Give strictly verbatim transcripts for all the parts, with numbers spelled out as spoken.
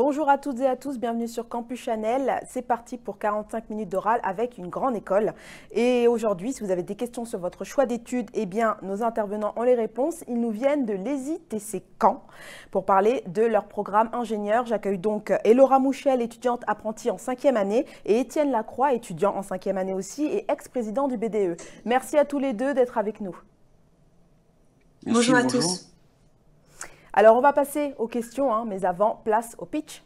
Bonjour à toutes et à tous, bienvenue sur Campus Chanel. C'est parti pour quarante-cinq minutes d'oral avec une grande école. Et aujourd'hui, si vous avez des questions sur votre choix d'études, eh bien, nos intervenants ont les réponses. Ils nous viennent de l'E S I T C Caen pour parler de leur programme ingénieur. J'accueille donc Elora Mouchel, étudiante apprentie en cinquième année, et Étienne Lacroix, étudiant en cinquième année aussi et ex-président du B D E. Merci à tous les deux d'être avec nous. Merci, bonjour à bonjour. tous. Alors, on va passer aux questions, hein, mais avant, place au pitch.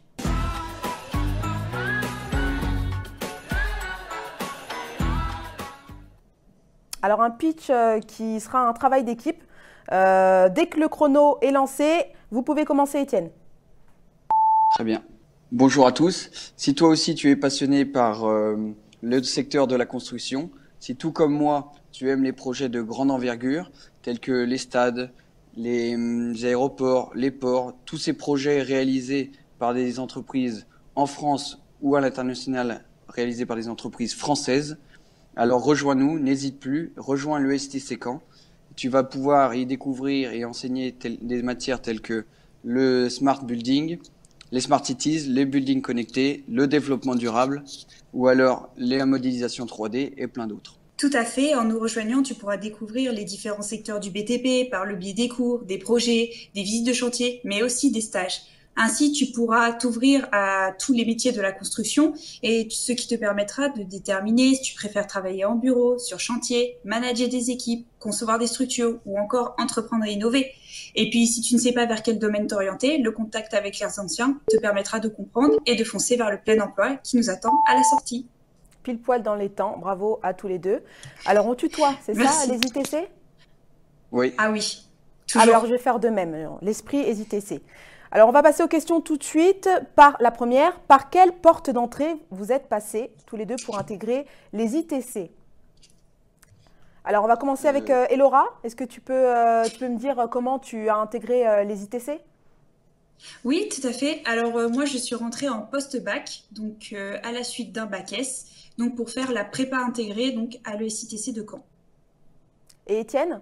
Alors, un pitch euh, qui sera un travail d'équipe. Euh, dès que le chrono est lancé, vous pouvez commencer, Étienne. Très bien. Bonjour à tous. Si toi aussi tu es passionné par euh, le secteur de la construction, si tout comme moi tu aimes les projets de grande envergure, tels que les stades, les, les aéroports, les ports, tous ces projets réalisés par des entreprises en France ou à l'international, réalisés par des entreprises françaises, alors rejoins-nous, n'hésite plus, rejoins l'E S I T C Caen. Tu vas pouvoir y découvrir et enseigner tel, des matières telles que le smart building, les smart cities, les buildings connectés, le développement durable ou alors la modélisation trois D et plein d'autres. Tout à fait, en nous rejoignant, tu pourras découvrir les différents secteurs du B T P par le biais des cours, des projets, des visites de chantier, mais aussi des stages. Ainsi, tu pourras t'ouvrir à tous les métiers de la construction et ce qui te permettra de déterminer si tu préfères travailler en bureau, sur chantier, manager des équipes, concevoir des structures ou encore entreprendre et innover. Et puis, si tu ne sais pas vers quel domaine t'orienter, le contact avec les anciens te permettra de comprendre et de foncer vers le plein emploi qui nous attend à la sortie. Pile poil dans les temps, bravo à tous les deux. Alors, on tutoie, c'est ça, les I T C? Oui. Ah oui, toujours. Alors, je vais faire de même, l'esprit S I T C. Alors, on va passer aux questions tout de suite. Par la première, par quelle porte d'entrée vous êtes passés tous les deux pour intégrer les I T C? Alors, on va commencer avec euh, Elora. Est-ce que tu peux, euh, tu peux me dire comment tu as intégré euh, les I T C? Oui, tout à fait. Alors, euh, moi, je suis rentrée en post-bac, donc euh, à la suite d'un bac S, donc pour faire la prépa intégrée donc, à l'E S I T C de Caen. Et Étienne?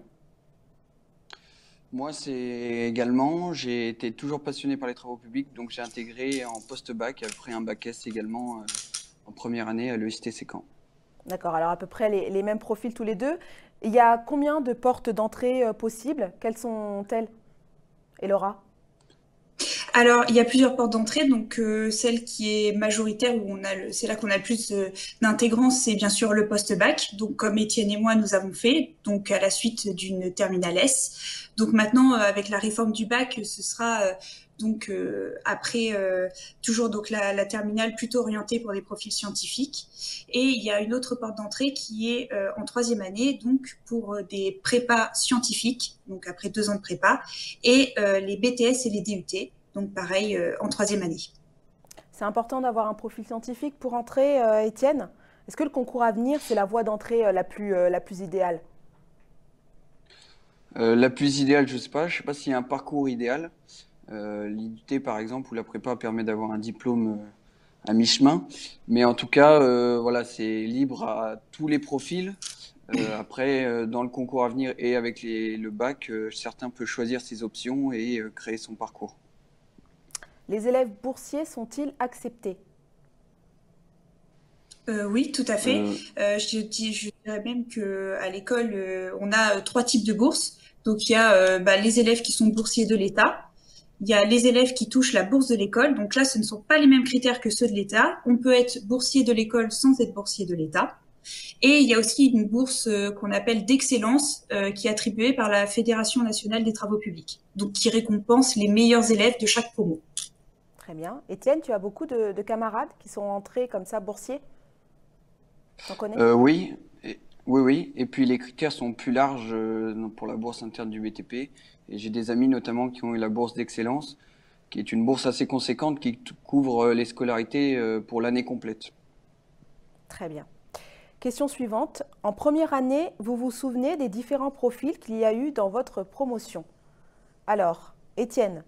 Moi, c'est également, j'ai été toujours passionné par les travaux publics, donc j'ai intégré en post-bac, après un bac S également euh, en première année à l'E S I T C Caen. D'accord, alors à peu près les, les mêmes profils tous les deux. Il y a combien de portes d'entrée euh, possibles? Quelles sont-elles, Elora? Alors, il y a plusieurs portes d'entrée. Donc, euh, celle qui est majoritaire, où on a le, c'est là qu'on a le plus euh, d'intégrants, c'est bien sûr le post-bac. Donc, comme Étienne et moi, nous avons fait, donc à la suite d'une terminale S. Donc maintenant, euh, avec la réforme du bac, ce sera euh, donc euh, après euh, toujours donc la, la terminale plutôt orientée pour des profils scientifiques. Et il y a une autre porte d'entrée qui est euh, en troisième année, donc pour euh, des prépas scientifiques, donc après deux ans de prépa, et euh, les B T S et les D U T. Donc pareil, euh, en troisième année. C'est important d'avoir un profil scientifique pour entrer, euh, Étienne. Est-ce que le concours à venir, c'est la voie d'entrée euh, la plus, euh, la plus idéale? Euh, la plus idéale, je sais pas, je sais pas s'il y a un parcours idéal. Euh, L'I U T par exemple, où la prépa permet d'avoir un diplôme euh, à mi-chemin. Mais en tout cas, euh, voilà, c'est libre à tous les profils. Euh, après, euh, dans le concours à venir et avec les, le bac, euh, certains peuvent choisir ses options et euh, créer son parcours. Les élèves boursiers sont-ils acceptés? Euh, oui, tout à fait. Euh, Euh, je, dis- je dirais même que à l'école, euh, on a euh, trois types de bourses. Donc il y a euh, bah, les élèves qui sont boursiers de l'État. Il y a les élèves qui touchent la bourse de l'école. Donc là, ce ne sont pas les mêmes critères que ceux de l'État. On peut être boursier de l'école sans être boursier de l'État. Et il y a aussi une bourse euh, qu'on appelle d'excellence euh, qui est attribuée par la Fédération nationale des travaux publics. Donc qui récompense les meilleurs élèves de chaque promo. Très bien. Étienne, tu as beaucoup de, de camarades qui sont entrés comme ça boursiers? T'en connais? euh, oui, et- oui, oui. Et puis les critères sont plus larges euh, pour la bourse interne du B T P. Et j'ai des amis notamment qui ont eu la bourse d'excellence, qui est une bourse assez conséquente qui t- couvre euh, les scolarités euh, pour l'année complète. Très bien. Question suivante. En première année, vous vous souvenez des différents profils qu'il y a eu dans votre promotion? Alors, Étienne,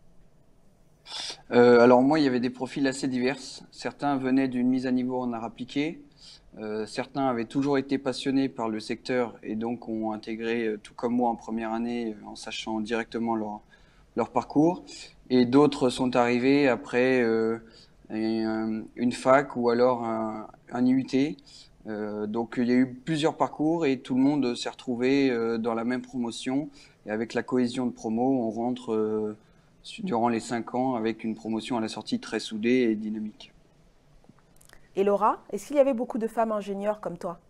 Euh, alors moi, il y avait des profils assez divers. Certains venaient d'une mise à niveau en art appliqué. Euh, certains avaient toujours été passionnés par le secteur et donc ont intégré, euh, tout comme moi en première année, euh, en sachant directement leur, leur parcours. et d'autres sont arrivés après euh, un- une fac ou alors un, un I U T. Euh, donc il y a eu plusieurs parcours et tout le monde s'est retrouvé euh, dans la même promotion. Et avec la cohésion de promo, on rentre euh, durant les cinq ans avec une promotion à la sortie très soudée et dynamique. Et Laura, est-ce qu'il y avait beaucoup de femmes ingénieures comme toi?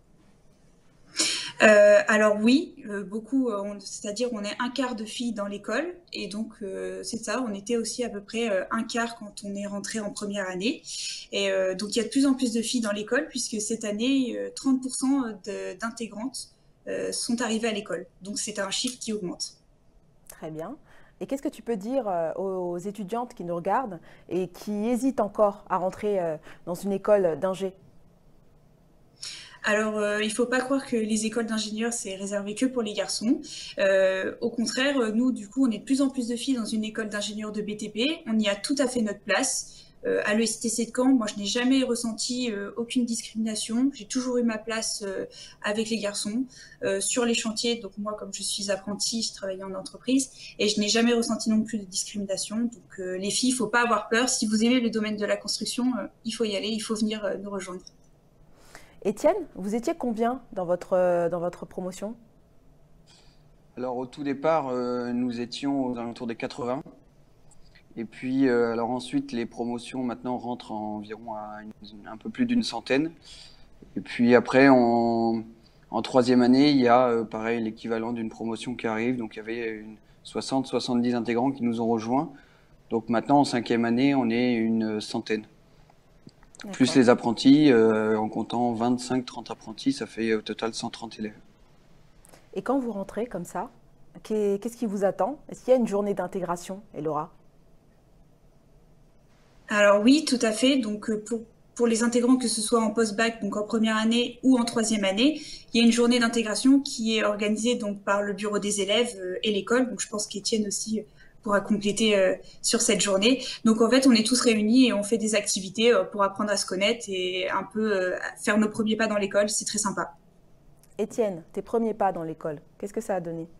Euh, alors oui, euh, beaucoup, euh, on- c'est-à-dire on est un quart de filles dans l'école et donc euh, c'est ça, on était aussi à peu près euh, un quart quand on est rentré en première année. Et euh, donc il y a de plus en plus de filles dans l'école puisque cette année, euh, trente pour cent de- d'intégrantes euh, sont arrivées à l'école. Donc c'est un chiffre qui augmente. Très bien. Et qu'est-ce que tu peux dire euh, aux étudiantes qui nous regardent et qui hésitent encore à rentrer euh, dans une école d'ingé? Alors, euh, il ne faut pas croire que les écoles d'ingénieurs, c'est réservé que pour les garçons. Euh, au contraire, euh, nous, du coup, on est de plus en plus de filles dans une école d'ingénieurs de B T P. On y a tout à fait notre place. Euh, à l'E S T C de Caen, moi, je n'ai jamais ressenti euh, aucune discrimination. J'ai toujours eu ma place euh, avec les garçons euh, sur les chantiers. Donc, moi, comme je suis apprentie, je travaillais en entreprise et je n'ai jamais ressenti non plus de discrimination. Donc, euh, les filles, il ne faut pas avoir peur. Si vous aimez le domaine de la construction, euh, il faut y aller, il faut venir euh, nous rejoindre. Étienne, vous étiez combien dans votre, euh, dans votre promotion? Alors au tout départ, euh, nous étions aux alentours des quatre-vingts. Et puis, euh, alors ensuite, les promotions maintenant rentrent environ à une- un peu plus d'une centaine. Et puis après, en, en troisième année, il y a euh, pareil l'équivalent d'une promotion qui arrive. Donc il y avait une soixante, soixante-dix intégrants qui nous ont rejoints. Donc maintenant, en cinquième année, on est une centaine. Plus D'accord. les apprentis, euh, en comptant vingt-cinq, trente apprentis, ça fait au total cent trente élèves. Et quand vous rentrez comme ça, qu'est- qu'est-ce qui vous attend? Est-ce qu'il y a une journée d'intégration, et Laura? Alors oui, tout à fait. Donc euh, pour, pour les intégrants, que ce soit en post-bac, donc en première année ou en troisième année, il y a une journée d'intégration qui est organisée donc par le bureau des élèves euh, et l'école. Donc je pense qu'Étienne aussi euh, pourra compléter euh, sur cette journée. Donc en fait, on est tous réunis et on fait des activités euh, pour apprendre à se connaître et un peu euh, faire nos premiers pas dans l'école. C'est très sympa. Étienne, tes premiers pas dans l'école, qu'est-ce que ça a donné?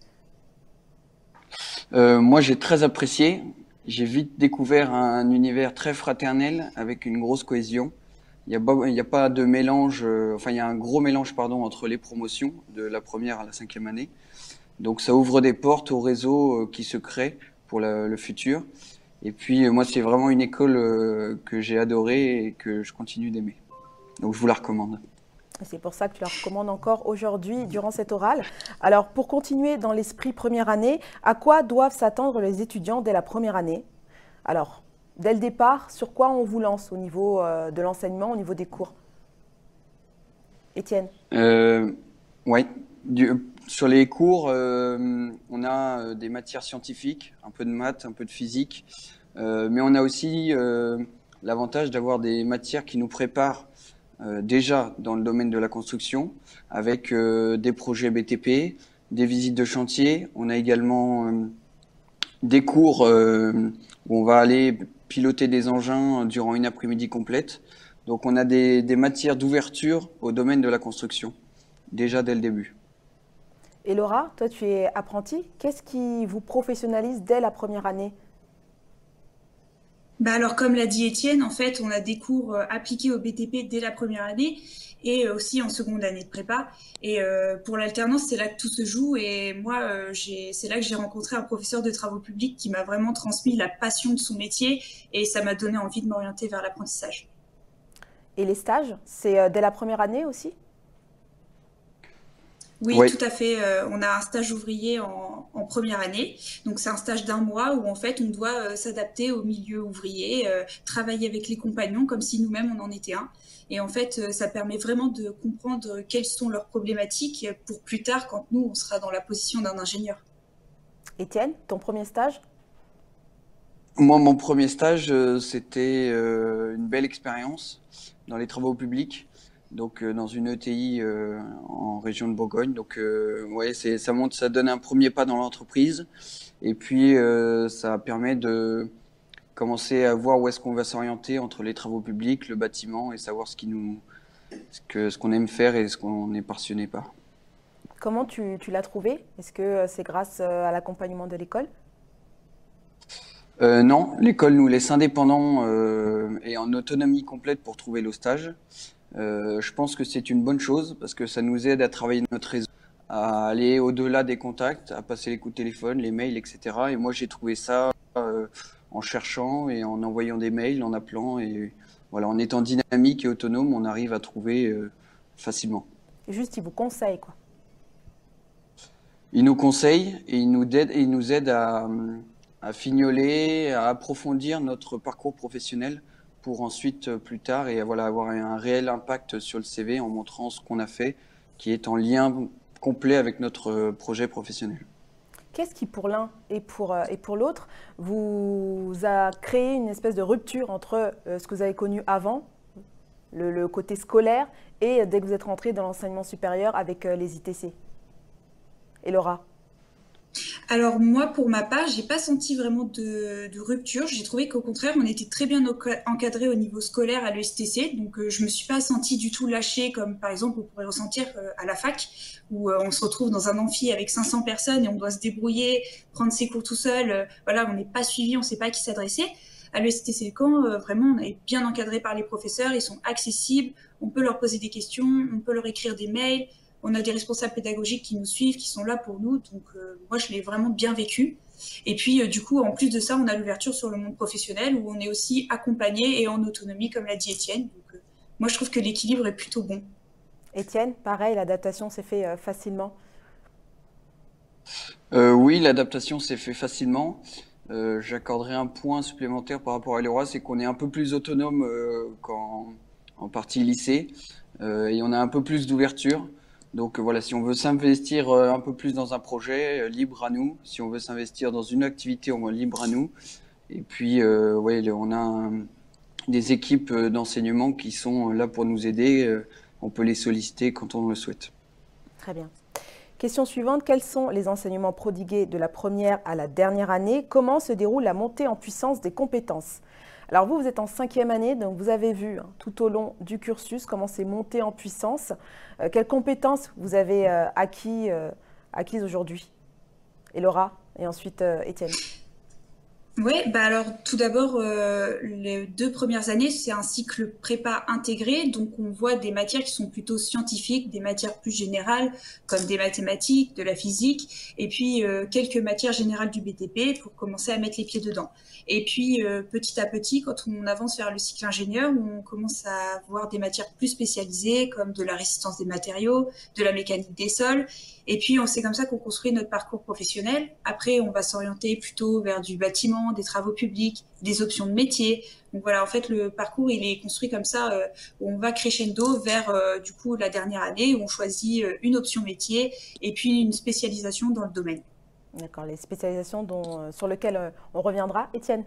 Euh, moi, j'ai très apprécié. J'ai vite découvert un univers très fraternel avec une grosse cohésion. Il n'y a, pas- il y a pas de mélange, euh, enfin, il y a un gros mélange, pardon, entre les promotions de la première à la cinquième année. Donc, ça ouvre des portes au réseau euh, qui se crée pour la- le futur. Et puis, euh, moi, c'est vraiment une école euh, que j'ai adorée et que je continue d'aimer. Donc, je vous la recommande. C'est pour ça que tu la recommandes encore aujourd'hui durant cette orale. Alors, pour continuer dans l'esprit première année, à quoi doivent s'attendre les étudiants dès la première année? Alors, dès le départ, sur quoi on vous lance au niveau euh, de l'enseignement, au niveau des cours? Étienne? Euh, ouais. Du- sur les cours, euh, on a euh, des matières scientifiques, un peu de maths, un peu de physique, euh, mais on a aussi euh, l'avantage d'avoir des matières qui nous préparent euh, déjà dans le domaine de la construction, avec euh, des projets B T P, des visites de chantier. On a également euh, des cours euh, où on va aller piloter des engins durant une après-midi complète. Donc on a des, des matières d'ouverture au domaine de la construction, déjà dès le début. Et Laura, toi tu es apprentie. Qu'est-ce qui vous professionnalise dès la première année? Bah alors, comme l'a dit Étienne, en fait, on a des cours euh, appliqués au B T P dès la première année et euh, aussi en seconde année de prépa. Et euh, pour l'alternance, c'est là que tout se joue. Et moi, euh, j'ai, c'est là que j'ai rencontré un professeur de travaux publics qui m'a vraiment transmis la passion de son métier et ça m'a donné envie de m'orienter vers l'apprentissage. Et les stages, c'est euh, dès la première année aussi? Oui, Oui, tout à fait. Euh, on a un stage ouvrier en, en première année. Donc, c'est un stage d'un mois où, en fait, on doit euh, s'adapter au milieu ouvrier, euh, travailler avec les compagnons comme si nous-mêmes, on en était un. Et en fait, euh, ça permet vraiment de comprendre quelles sont leurs problématiques pour plus tard, quand nous, on sera dans la position d'un ingénieur. Étienne, ton premier stage? moi, mon premier stage, euh, c'était euh, une belle expérience dans les travaux publics, donc euh, dans une E T I euh, en région de Bourgogne. Donc, euh, ouais, c'est, ça monte, ça donne un premier pas dans l'entreprise, et puis euh, ça permet de commencer à voir où est-ce qu'on va s'orienter entre les travaux publics, le bâtiment, et savoir ce qui nous, ce que, ce qu'on aime faire et ce qu'on est passionné par. Comment tu, tu l'as trouvé? Est-ce que euh, c'est grâce euh, à l'accompagnement de l'école? Euh, non, l'école nous laisse indépendants euh, et en autonomie complète pour trouver nos stages. Euh, je pense que c'est une bonne chose parce que ça nous aide à travailler notre réseau, à aller au-delà des contacts, à passer les coups de téléphone, les mails, et cetera. Et moi, j'ai trouvé ça euh, en cherchant et en envoyant des mails, en appelant. Et voilà, en étant dynamique et autonome, on arrive à trouver euh, facilement. Et juste, ils vous conseillent, quoi. Ils nous conseillent et ils nous aident, et ils nous aident à, à fignoler, à approfondir notre parcours professionnel pour ensuite, plus tard, et voilà, avoir un réel impact sur le C V en montrant ce qu'on a fait, qui est en lien complet avec notre projet professionnel. Qu'est-ce qui, pour l'un et pour, euh, et pour l'autre, vous a créé une espèce de rupture entre euh, ce que vous avez connu avant, le, le côté scolaire, et dès que vous êtes rentré dans l'enseignement supérieur avec euh, les I T C? Et Laura? Alors moi, pour ma part, j'ai pas senti vraiment de, de rupture. J'ai trouvé qu'au contraire, on était très bien encadré au niveau scolaire à l'E S T C. Donc euh, je me suis pas sentie du tout lâchée, comme par exemple on pourrait ressentir euh, à la fac, où euh, on se retrouve dans un amphi avec cinq cents personnes et on doit se débrouiller, prendre ses cours tout seul. Euh, voilà, on n'est pas suivi, on sait pas à qui s'adresser. À l'E S T C Caen, euh, vraiment, on est bien encadré par les professeurs. Ils sont accessibles. On peut leur poser des questions, on peut leur écrire des mails. On a des responsables pédagogiques qui nous suivent, qui sont là pour nous. Donc, euh, moi, je l'ai vraiment bien vécu. Et puis, euh, du coup, en plus de ça, on a l'ouverture sur le monde professionnel où on est aussi accompagné et en autonomie, comme l'a dit Étienne. Donc, euh, moi, je trouve que l'équilibre est plutôt bon. Étienne, pareil, l'adaptation s'est fait euh, facilement? Euh, oui, l'adaptation s'est fait facilement. Euh, j'accorderai un point supplémentaire par rapport à Leroy, c'est qu'on est un peu plus autonome euh, qu'en en partie lycée euh, et on a un peu plus d'ouverture. Donc euh, voilà, si on veut s'investir euh, un peu plus dans un projet, euh, libre à nous. Si on veut s'investir dans une activité, on va libre à nous. Et puis, euh, ouais, on a un, des équipes d'enseignement qui sont là pour nous aider. Euh, on peut les solliciter quand on le souhaite. Très bien. Question suivante, quels sont les enseignements prodigués de la première à la dernière année? Comment se déroule la montée en puissance des compétences? Alors vous, vous êtes en cinquième année, donc vous avez vu hein, tout au long du cursus comment c'est monté en puissance. Euh, quelles compétences vous avez euh, acquis, euh, acquises aujourd'hui? Et Laura, et ensuite euh, Étienne. Oui, bah alors tout d'abord, euh, les deux premières années, c'est un cycle prépa intégré, donc on voit des matières qui sont plutôt scientifiques, des matières plus générales, comme des mathématiques, de la physique, et puis euh, quelques matières générales du B T P pour commencer à mettre les pieds dedans. Et puis euh, petit à petit, quand on avance vers le cycle ingénieur, on commence à voir des matières plus spécialisées, comme de la résistance des matériaux, de la mécanique des sols. Et puis, c'est comme ça qu'on construit notre parcours professionnel. Après, on va s'orienter plutôt vers du bâtiment, des travaux publics, des options de métier. Donc voilà, en fait, le parcours, il est construit comme ça, euh, où on va crescendo vers, euh, du coup, la dernière année, où on choisit euh, une option métier et puis une spécialisation dans le domaine. D'accord, les spécialisations dont, euh, sur lesquelles euh, on reviendra. Étienne?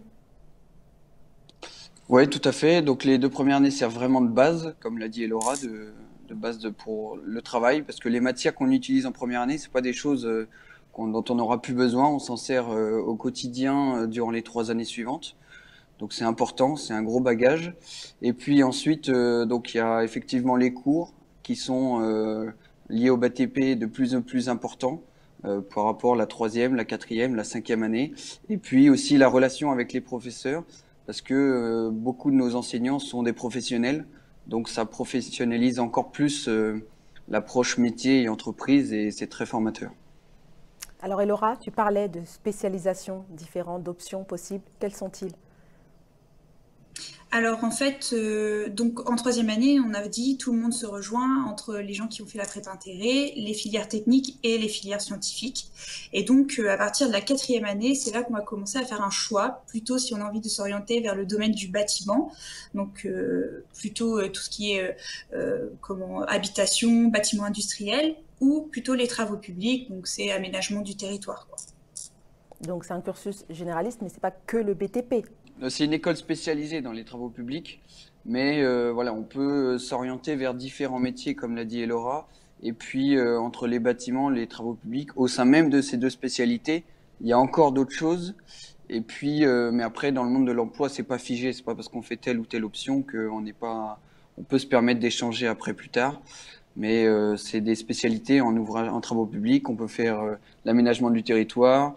Oui, tout à fait. Donc, les deux premières années servent vraiment de base, comme l'a dit Laura, de de base de, pour le travail, parce que les matières qu'on utilise en première année, c'est pas des choses euh, qu'on, dont on n'aura plus besoin. On s'en sert euh, au quotidien euh, durant les trois années suivantes. Donc c'est important, c'est un gros bagage. Et puis ensuite, euh, donc il y a effectivement les cours qui sont euh, liés au B T P de plus en plus importants euh, par rapport à la troisième, la quatrième, la cinquième année. Et puis aussi la relation avec les professeurs, parce que euh, beaucoup de nos enseignants sont des professionnels. Donc ça professionnalise encore plus euh, l'approche métier et entreprise et c'est très formateur. Alors Laura, tu parlais de spécialisations différentes, d'options possibles. Quelles sont-ils? Alors en fait, euh, donc en troisième année, on avait dit tout le monde se rejoint entre les gens qui ont fait la prépa intégrée, les filières techniques et les filières scientifiques. Et donc euh, à partir de la quatrième année, c'est là qu'on va commencer à faire un choix, plutôt si on a envie de s'orienter vers le domaine du bâtiment, donc euh, plutôt euh, tout ce qui est euh, comment habitation, bâtiment industriel, ou plutôt les travaux publics, donc c'est aménagement du territoire, quoi. Donc c'est un cursus généraliste, mais ce n'est pas que le B T P. C'est une école spécialisée dans les travaux publics, mais euh, voilà, on peut s'orienter vers différents métiers, comme l'a dit Laura. Et puis, euh, entre les bâtiments, les travaux publics, au sein même de ces deux spécialités, il y a encore d'autres choses. Et puis, euh, mais après, dans le monde de l'emploi, c'est pas figé. C'est pas parce qu'on fait telle ou telle option qu'on n'est pas, on peut se permettre d'échanger après plus tard. Mais euh, c'est des spécialités en ouvrage, en travaux publics. On peut faire euh, l'aménagement du territoire,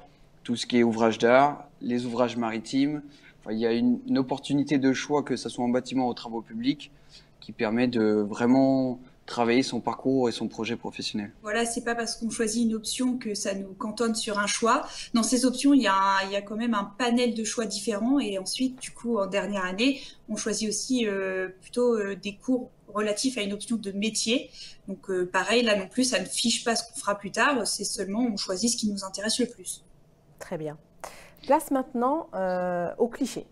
tout ce qui est ouvrage d'art, les ouvrages maritimes. Enfin, il y a une, une opportunité de choix, que ce soit en bâtiment ou en travaux publics, qui permet de vraiment travailler son parcours et son projet professionnel. Voilà, c'est pas parce qu'on choisit une option que ça nous cantonne sur un choix. Dans ces options, il y a, un, il y a quand même un panel de choix différents. Et ensuite, du coup, en dernière année, on choisit aussi euh, plutôt euh, des cours relatifs à une option de métier. Donc euh, pareil, là non plus, ça ne fiche pas ce qu'on fera plus tard. C'est seulement, on choisit ce qui nous intéresse le plus. Très bien. Place maintenant euh, au cliché.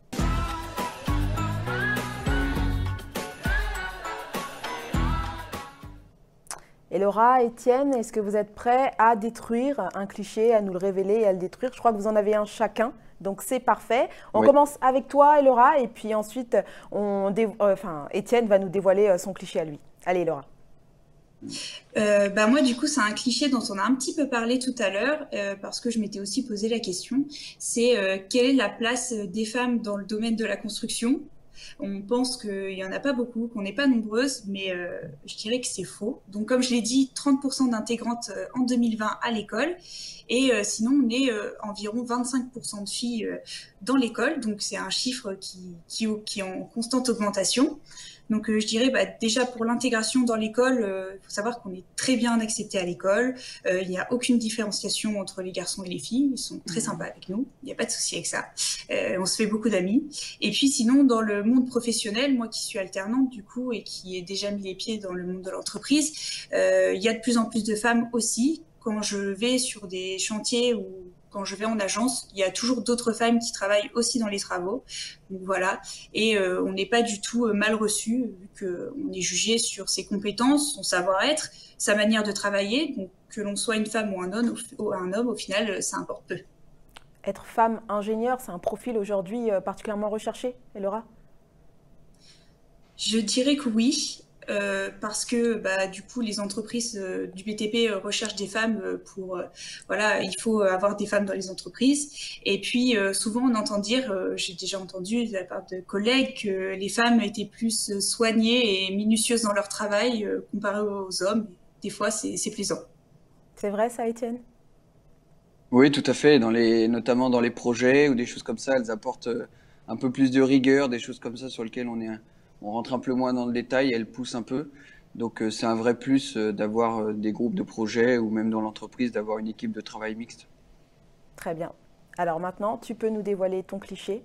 Et Laura, Étienne, est-ce que vous êtes prêts à détruire un cliché, à nous le révéler et à le détruire? Je crois que vous en avez un chacun, donc c'est parfait. On Oui. commence avec toi, Laura, et puis ensuite, on dé... euh, enfin, Étienne va nous dévoiler son cliché à lui. Allez, Laura. Euh, bah moi, du coup, c'est un cliché dont on a un petit peu parlé tout à l'heure, euh, parce que je m'étais aussi posé la question. C'est euh, quelle est la place des femmes dans le domaine de la construction? On pense qu'il n'y en a pas beaucoup, qu'on n'est pas nombreuses, mais euh, je dirais que c'est faux. Donc, comme je l'ai dit, trente pour cent d'intégrantes euh, en deux mille vingt à l'école. Et euh, sinon, on est euh, environ vingt-cinq pour cent de filles euh, dans l'école. Donc, c'est un chiffre qui, qui, qui est en constante augmentation. Donc, euh, je dirais bah, déjà pour l'intégration dans l'école, il euh, faut savoir qu'on est très bien accepté à l'école. Euh, il n'y a aucune différenciation entre les garçons et les filles. Ils sont très sympas avec nous. Il n'y a pas de souci avec ça. Euh, on se fait beaucoup d'amis. Et puis sinon, dans le monde professionnel, moi qui suis alternante du coup et qui ai déjà mis les pieds dans le monde de l'entreprise, euh, il y a de plus en plus de femmes aussi. Quand je vais sur des chantiers ou quand je vais en agence, il y a toujours d'autres femmes qui travaillent aussi dans les travaux. Donc voilà, et euh, on n'est pas du tout mal reçu, vu qu'on est jugé sur ses compétences, son savoir-être, sa manière de travailler. Donc que l'on soit une femme ou un homme, ou un homme, au final, ça importe peu. Être femme ingénieure, c'est un profil aujourd'hui particulièrement recherché, et Laura? Je dirais que oui. Euh, parce que bah, du coup les entreprises euh, du B T P euh, recherchent des femmes euh, pour euh, voilà, il faut avoir des femmes dans les entreprises. Et puis euh, souvent on entend dire, euh, j'ai déjà entendu de la part de collègues, que les femmes étaient plus soignées et minutieuses dans leur travail euh, comparé aux hommes. Des fois c'est plaisant. C'est vrai ça, Étienne? Oui, tout à fait. Dans les, notamment dans les projets ou des choses comme ça, elles apportent un peu plus de rigueur, des choses comme ça sur lesquelles on est on rentre un peu moins dans le détail, elle pousse un peu. Donc euh, c'est un vrai plus euh, d'avoir euh, des groupes de projets ou même dans l'entreprise d'avoir une équipe de travail mixte. Très bien. Alors maintenant, tu peux nous dévoiler ton cliché?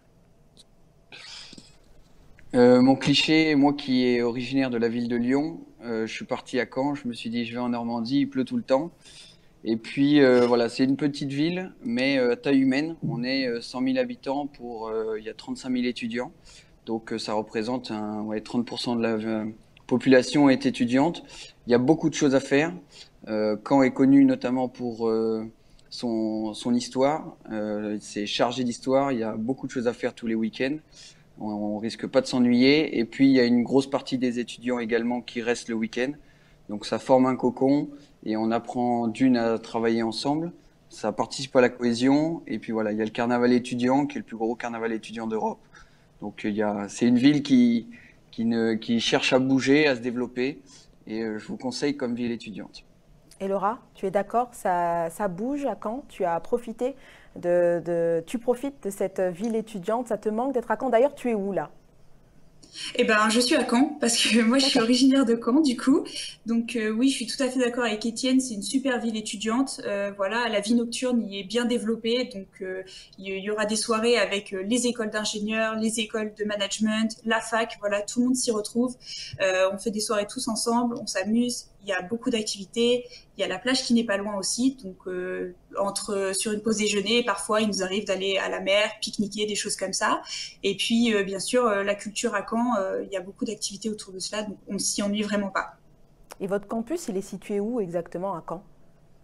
Euh, mon cliché, moi qui est originaire de la ville de Lyon, euh, je suis parti à Caen, je me suis dit je vais en Normandie, il pleut tout le temps. Et puis euh, voilà, c'est une petite ville, mais euh, à taille humaine. On est euh, cent mille habitants pour, euh, il y a trente-cinq mille étudiants. Donc ça représente un, ouais, trente pour cent de la euh, population est étudiante. Il y a beaucoup de choses à faire. Euh, Caen est connu notamment pour euh, son, son histoire. Euh, c'est chargé d'histoire. Il y a beaucoup de choses à faire tous les week-ends. On, on risque pas de s'ennuyer. Et puis il y a une grosse partie des étudiants également qui restent le week-end. Donc ça forme un cocon et on apprend d'une à travailler ensemble. Ça participe à la cohésion. Et puis voilà, il y a le carnaval étudiant qui est le plus gros carnaval étudiant d'Europe. Donc il y a, c'est une ville qui, qui, ne, qui cherche à bouger, à se développer, et euh, je vous conseille comme ville étudiante. Et Laura, tu es d'accord, ça, ça bouge à Caen? Tu as profité de, de, tu profites de cette ville étudiante, ça te manque d'être à Caen? D'ailleurs, tu es où là? Eh ben, je suis à Caen, parce que moi, je suis originaire de Caen, du coup. Donc, euh, oui, je suis tout à fait d'accord avec Étienne. C'est une super ville étudiante. Euh, voilà, la vie nocturne y est bien développée. Donc, euh, il y aura des soirées avec les écoles d'ingénieurs, les écoles de management, la fac. Voilà, tout le monde s'y retrouve. Euh, on fait des soirées tous ensemble, on s'amuse. Il y a beaucoup d'activités. Il y a la plage qui n'est pas loin aussi. Donc, euh, entre sur une pause déjeuner, parfois, il nous arrive d'aller à la mer, pique-niquer, des choses comme ça. Et puis, euh, bien sûr, euh, la culture à Caen, euh, il y a beaucoup d'activités autour de cela. Donc, on ne s'y ennuie vraiment pas. Et votre campus, il est situé où exactement à Caen?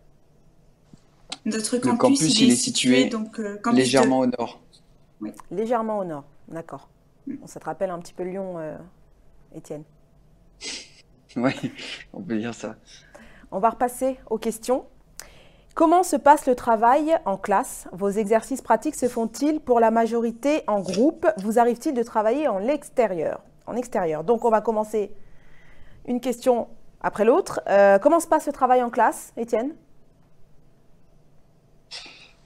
Notre campus, Le campus, il, il est est situé, situé donc, euh, campus légèrement de... au nord. Oui. Légèrement au nord, d'accord. Bon, ça te rappelle un petit peu Lyon, euh, Étienne? Oui, on peut dire ça. On va repasser aux questions. Comment se passe le travail en classe? Vos exercices pratiques se font-ils pour la majorité en groupe? Vous arrive-t-il de travailler en extérieur? En extérieur. Donc, on va commencer une question après l'autre. Euh, comment se passe le travail en classe, Étienne?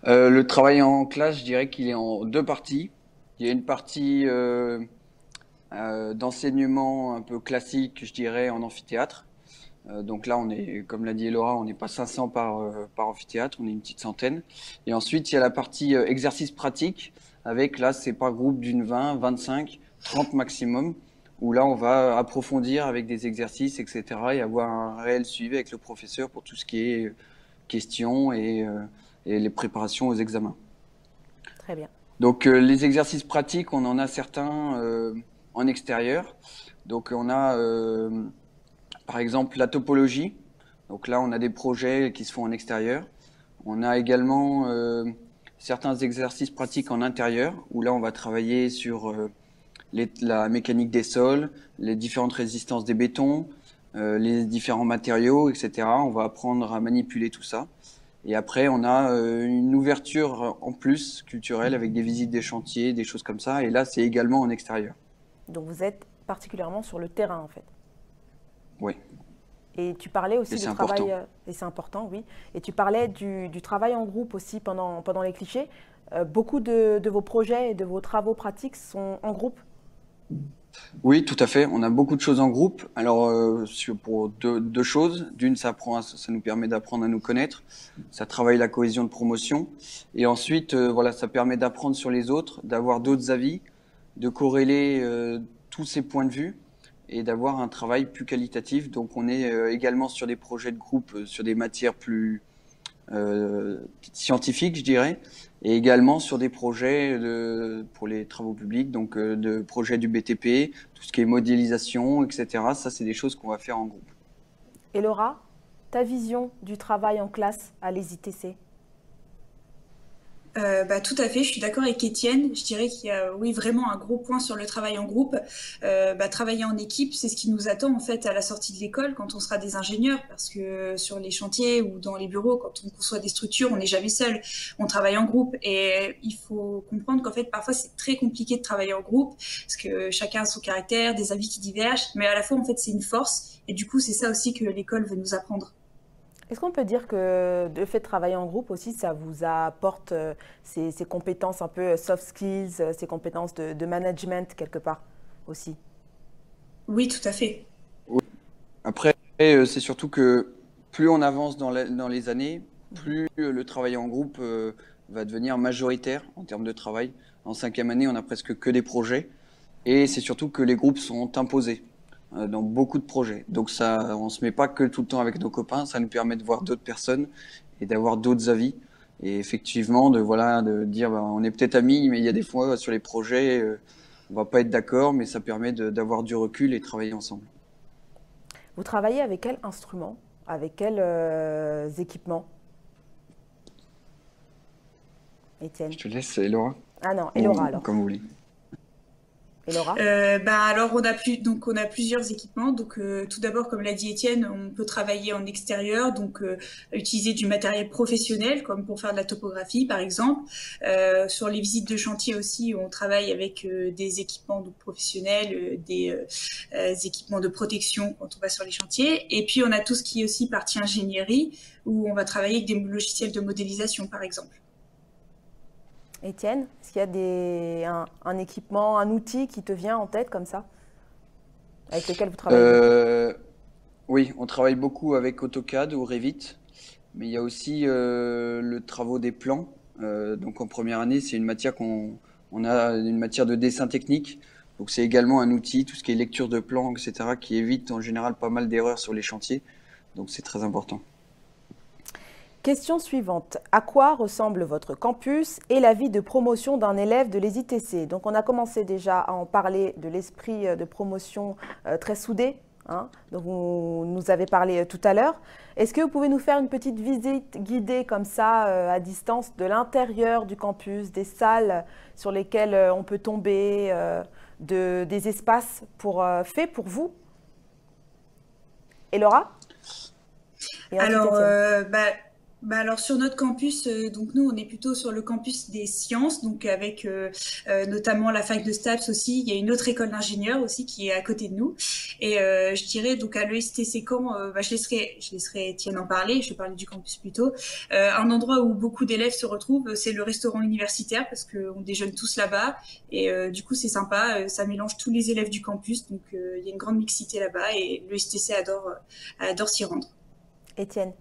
Euh, le travail en classe, je dirais qu'il est en deux parties. Il y a une partie euh, euh, d'enseignement un peu classique, je dirais, en amphithéâtre. Euh, donc là, on est, comme l'a dit Laura, on n'est pas cinq cents par, euh, par amphithéâtre, on est une petite centaine. Et ensuite, il y a la partie euh, exercice pratique, avec là, c'est par groupe d'une vingt, vingt-cinq, trente maximum, où là, on va approfondir avec des exercices, et cetera, et avoir un réel suivi avec le professeur pour tout ce qui est euh, questions et, euh, et les préparations aux examens. Très bien. Donc, euh, les exercices pratiques, on en a certains euh, en extérieur. Donc, on a... Euh, par exemple, la topologie. Donc là, on a des projets qui se font en extérieur. On a également euh, certains exercices pratiques en intérieur, où là, on va travailler sur euh, les, la mécanique des sols, les différentes résistances des bétons, euh, les différents matériaux, et cetera. On va apprendre à manipuler tout ça. Et après, on a euh, une ouverture en plus culturelle avec des visites des chantiers, des choses comme ça. Et là, c'est également en extérieur. Donc vous êtes particulièrement sur le terrain en fait. Oui. Et tu parlais aussi Et du c'est travail, important. euh, et c'est important, oui. Et tu parlais du, du travail en groupe aussi pendant, pendant les clichés. Euh, beaucoup de, de vos projets et de vos travaux pratiques sont en groupe. Oui, tout à fait. On a beaucoup de choses en groupe. Alors, euh, sur, pour deux, deux choses. D'une, ça apprend, à- ça nous permet d'apprendre à nous connaître. Ça travaille la cohésion de promotion. Et ensuite, euh, voilà, ça permet d'apprendre sur les autres, d'avoir d'autres avis, de corréler euh, tous ces points de vue et d'avoir un travail plus qualitatif. Donc, on est euh, également sur des projets de groupe, euh, sur des matières plus euh, scientifiques, je dirais, et également sur des projets de, pour les travaux publics, donc euh, de projets du B T P, tout ce qui est modélisation, et cetera. Ça, c'est des choses qu'on va faire en groupe. Et Laura, ta vision du travail en classe à l'E S I T C? Euh, bah, tout à fait, je suis d'accord avec Étienne. Je dirais qu'il y a, oui, vraiment un gros point sur le travail en groupe. Euh, bah, travailler en équipe, c'est ce qui nous attend en fait à la sortie de l'école quand on sera des ingénieurs, parce que sur les chantiers ou dans les bureaux, quand on conçoit des structures, on n'est jamais seul. On travaille en groupe et il faut comprendre qu'en fait parfois c'est très compliqué de travailler en groupe parce que chacun a son caractère, des avis qui divergent, mais à la fois en fait c'est une force et du coup c'est ça aussi que l'école veut nous apprendre. Est-ce qu'on peut dire que le fait de travailler en groupe aussi, ça vous apporte euh, ces, ces compétences un peu soft skills, euh, ces compétences de, de management quelque part aussi? Oui, tout à fait. Après, euh, c'est surtout que plus on avance dans, la- dans les années, plus euh, le travail en groupe euh, va devenir majoritaire en termes de travail. En cinquième année, on a presque que des projets. Et c'est surtout que les groupes sont imposés euh, dans beaucoup de projets. Donc ça, on se met pas que tout le temps avec nos copains, ça nous permet de voir d'autres personnes et d'avoir d'autres avis. Et effectivement, de voilà, de dire, bah, on est peut-être amis, mais il y a des fois sur les projets, euh, on va pas être d'accord, mais ça permet de- d'avoir du recul et de travailler ensemble. Vous travaillez avec quel instrument? Avec quels euh, équipements, Étienne? Je te laisse, Laura, Ah non, et ou, Laura ou alors. comme vous voulez. Et Laura? Euh, bah alors on a plus donc on a plusieurs équipements. Donc euh, tout d'abord, comme l'a dit Étienne, on peut travailler en extérieur, donc euh, utiliser du matériel professionnel comme pour faire de la topographie par exemple. Euh, sur les visites de chantier aussi, on travaille avec euh, des équipements donc, professionnels, euh, des euh, euh, équipements de protection quand on va sur les chantiers. Et puis on a tout ce qui est aussi partie ingénierie où on va travailler avec des logiciels de modélisation par exemple. Étienne, est-ce qu'il y a des, un, un équipement, un outil qui te vient en tête comme ça, avec lequel vous travaillez beaucoup? Euh, oui, on travaille beaucoup avec AutoCAD ou Revit, mais il y a aussi euh, le travaux des plans. Euh, donc en première année, c'est une matière qu'on on a une matière de dessin technique. Donc c'est également un outil, tout ce qui est lecture de plans, et cetera, qui évite en général pas mal d'erreurs sur les chantiers. Donc c'est très important. Question suivante. À quoi ressemble votre campus et la vie de promotion d'un élève de l'E S I T C? Donc on a commencé déjà à en parler de l'esprit euh, de promotion euh, très soudé, hein, dont vous nous avez parlé euh, tout à l'heure. Est-ce que vous pouvez nous faire une petite visite guidée comme ça euh, à distance de l'intérieur du campus, des salles sur lesquelles euh, on peut tomber, euh, de, des espaces pour, euh, faits pour vous? Et Laura? Et ensuite Alors, Étienne. euh, bah, bah alors sur notre campus, euh, donc nous on est plutôt sur le campus des sciences, donc avec euh, euh, notamment la fac de STAPS aussi. Il y a une autre école d'ingénieurs aussi qui est à côté de nous. Et euh, je dirais donc à l'E S T C Caen, euh, bah, je laisserai, je laisserai Étienne en parler. Je vais parler du campus plutôt. Euh, un endroit où beaucoup d'élèves se retrouvent, c'est le restaurant universitaire parce qu'on déjeune tous là-bas. Et euh, du coup, c'est sympa. Euh, ça mélange tous les élèves du campus, donc euh, il y a une grande mixité là-bas et l'E S T C adore, euh, adore s'y rendre. Étienne.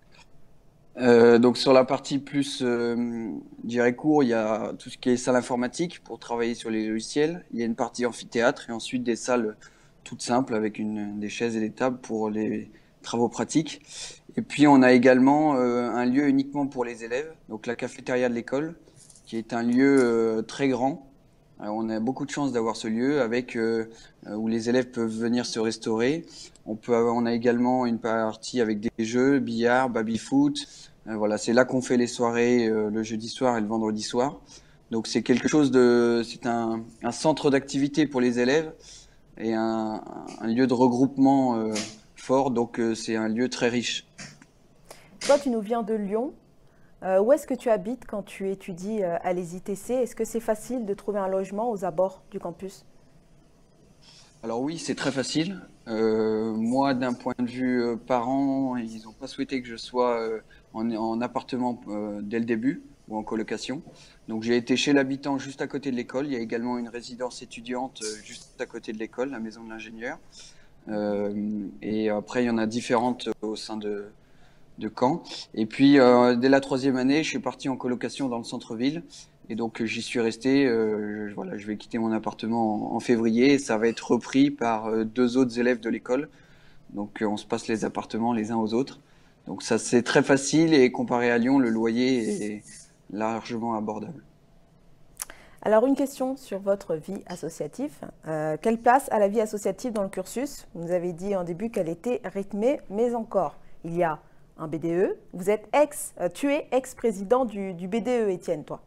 Euh, donc sur la partie plus, euh, je dirais cours, il y a tout ce qui est salle informatique pour travailler sur les logiciels. Il y a une partie amphithéâtre et ensuite des salles toutes simples avec une, des chaises et des tables pour les travaux pratiques. Et puis on a également euh, un lieu uniquement pour les élèves, donc la cafétéria de l'école, qui est un lieu euh, très grand. Alors, on a beaucoup de chance d'avoir ce lieu avec euh, où les élèves peuvent venir se restaurer. On peut avoir, on a également une partie avec des jeux, billard, baby-foot. Euh, voilà, c'est là qu'on fait les soirées euh, le jeudi soir et le vendredi soir. Donc c'est quelque chose de, c'est un, un centre d'activité pour les élèves et un, un lieu de regroupement euh, fort. Donc euh, c'est un lieu très riche. Toi, tu nous viens de Lyon. Euh, où est-ce que tu habites quand tu étudies euh, à l'E S I T C? Est-ce que c'est facile de trouver un logement aux abords du campus? Alors oui, c'est très facile. Euh, moi, d'un point de vue euh, parents, ils n'ont pas souhaité que je sois euh, en, en appartement euh, dès le début ou en colocation. Donc j'ai été chez l'habitant juste à côté de l'école. Il y a également une résidence étudiante euh, juste à côté de l'école, la maison de l'ingénieur. Euh, et après, il y en a différentes au sein de, de Caen. Et puis, euh, dès la troisième année, je suis parti en colocation dans le centre-ville. Et donc, j'y suis resté. Euh, je, voilà, je vais quitter mon appartement en, en février. Et ça va être repris par euh, deux autres élèves de l'école. Donc, euh, on se passe les appartements les uns aux autres. Donc, ça, c'est très facile. Et comparé à Lyon, le loyer est largement abordable. Alors, une question sur votre vie associative. Euh, quelle place a la vie associative dans le cursus? Vous nous avez dit en début qu'elle était rythmée, mais encore, il y a un B D E. Vous êtes ex, euh, tu es ex-président du, du B D E, Étienne, toi.